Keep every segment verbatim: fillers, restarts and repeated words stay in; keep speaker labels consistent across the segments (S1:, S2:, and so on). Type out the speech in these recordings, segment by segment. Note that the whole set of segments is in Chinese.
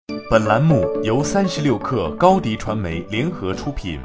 S1: 本栏目由三十六氪高迪传媒联合出品。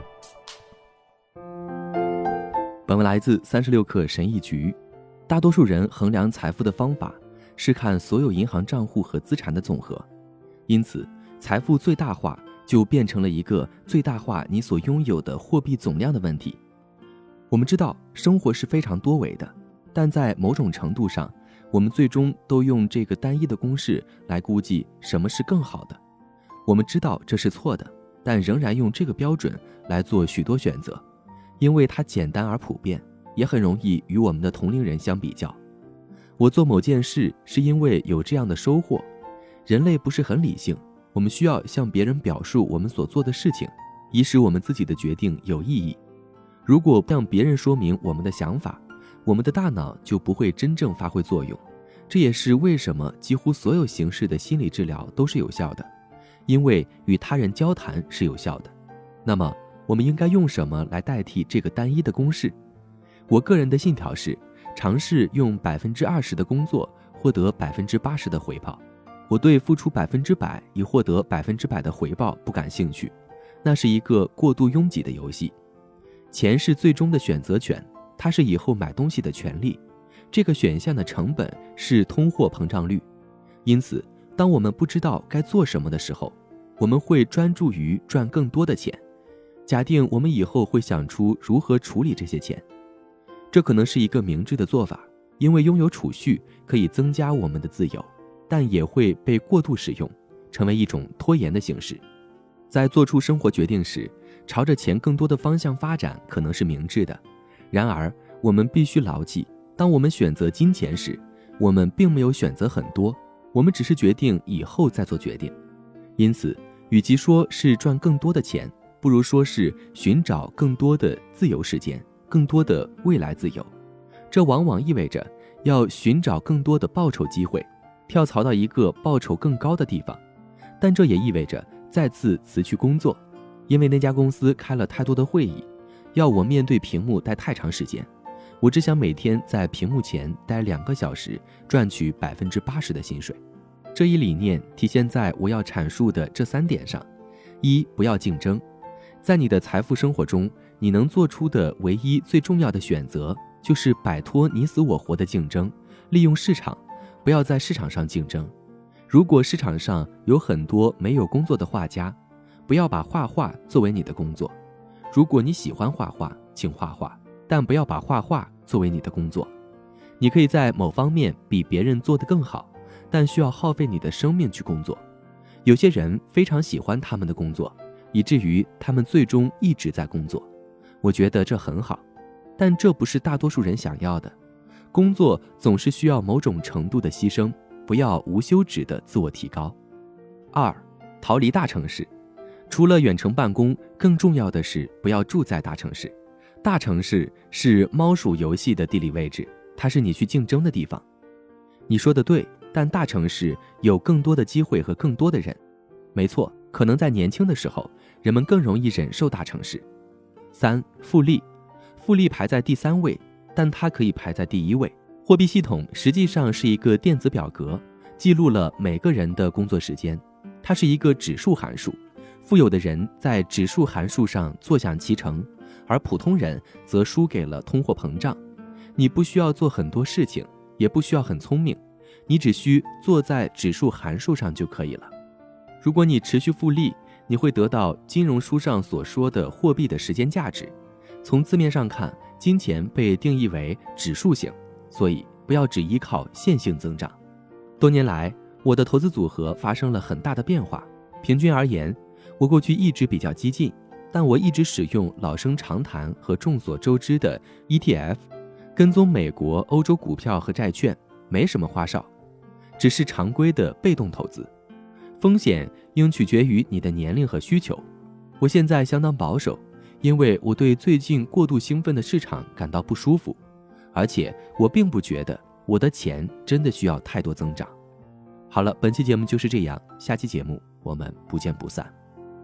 S2: 本文来自三十六氪神译局。大多数人衡量财富的方法是看所有银行账户和资产的总和，因此财富最大化就变成了一个最大化你所拥有的货币总量的问题。我们知道生活是非常多维的，但在某种程度上，我们最终都用这个单一的公式来估计什么是更好的。我们知道这是错的，但仍然用这个标准来做许多选择，因为它简单而普遍，也很容易与我们的同龄人相比较。我做某件事是因为有这样的收获。人类不是很理性，我们需要向别人表述我们所做的事情，以使我们自己的决定有意义。如果不向别人说明我们的想法，我们的大脑就不会真正发挥作用。这也是为什么几乎所有形式的心理治疗都是有效的，因为与他人交谈是有效的。那么我们应该用什么来代替这个单一的公式？我个人的信条是，尝试用百分之二十的工作获得百分之八十的回报。我对付出百分之百以获得百分之百的回报不感兴趣，那是一个过度拥挤的游戏。钱是最终的选择权，它是以后买东西的权利。这个选项的成本是通货膨胀率。因此，当我们不知道该做什么的时候，我们会专注于赚更多的钱。假定我们以后会想出如何处理这些钱。这可能是一个明智的做法，因为拥有储蓄可以增加我们的自由，但也会被过度使用，成为一种拖延的形式。在做出生活决定时，朝着钱更多的方向发展可能是明智的。然而，我们必须牢记，当我们选择金钱时，我们并没有选择很多，我们只是决定以后再做决定。因此，与其说是赚更多的钱，不如说是寻找更多的自由时间，更多的未来自由。这往往意味着要寻找更多的报酬机会，跳槽到一个报酬更高的地方。但这也意味着再次辞去工作，因为那家公司开了太多的会议，要我面对屏幕待太长时间。我只想每天在屏幕前待两个小时，赚取百分之八十的薪水。这一理念体现在我要阐述的这三点上：一、不要竞争。在你的财富生活中，你能做出的唯一最重要的选择，就是摆脱你死我活的竞争，利用市场，不要在市场上竞争。如果市场上有很多没有工作的画家，不要把画画作为你的工作。如果你喜欢画画，请画画，但不要把画画作为你的工作。你可以在某方面比别人做得更好，但需要耗费你的生命去工作。有些人非常喜欢他们的工作，以至于他们最终一直在工作。我觉得这很好，但这不是大多数人想要的。工作总是需要某种程度的牺牲，不要无休止的自我提高。二、逃离大城市。除了远程办公，更重要的是不要住在大城市。大城市是猫鼠游戏的地理位置，它是你去竞争的地方。你说的对，但大城市有更多的机会和更多的人。没错，可能在年轻的时候，人们更容易忍受大城市。三、复利。复利排在第三位，但它可以排在第一位。货币系统实际上是一个电子表格，记录了每个人的工作时间。它是一个指数函数，富有的人在指数函数上坐享其成，而普通人则输给了通货膨胀。你不需要做很多事情，也不需要很聪明，你只需坐在指数函数上就可以了。如果你持续复利，你会得到金融书上所说的货币的时间价值。从字面上看，金钱被定义为指数型，所以不要只依靠线性增长。多年来，我的投资组合发生了很大的变化。平均而言，我过去一直比较激进，但我一直使用老生常谈和众所周知的 E T F， 跟踪美国、欧洲股票和债券，没什么花哨，只是常规的被动投资。风险应取决于你的年龄和需求。我现在相当保守，因为我对最近过度兴奋的市场感到不舒服，而且我并不觉得我的钱真的需要太多增长。好了，本期节目就是这样，下期节目我们不见不散。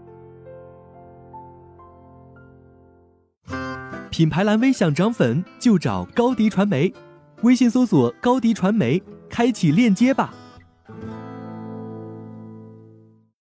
S3: 品牌蓝 V 想涨粉就找高迪传媒，微信搜索高迪传媒，开启链接吧。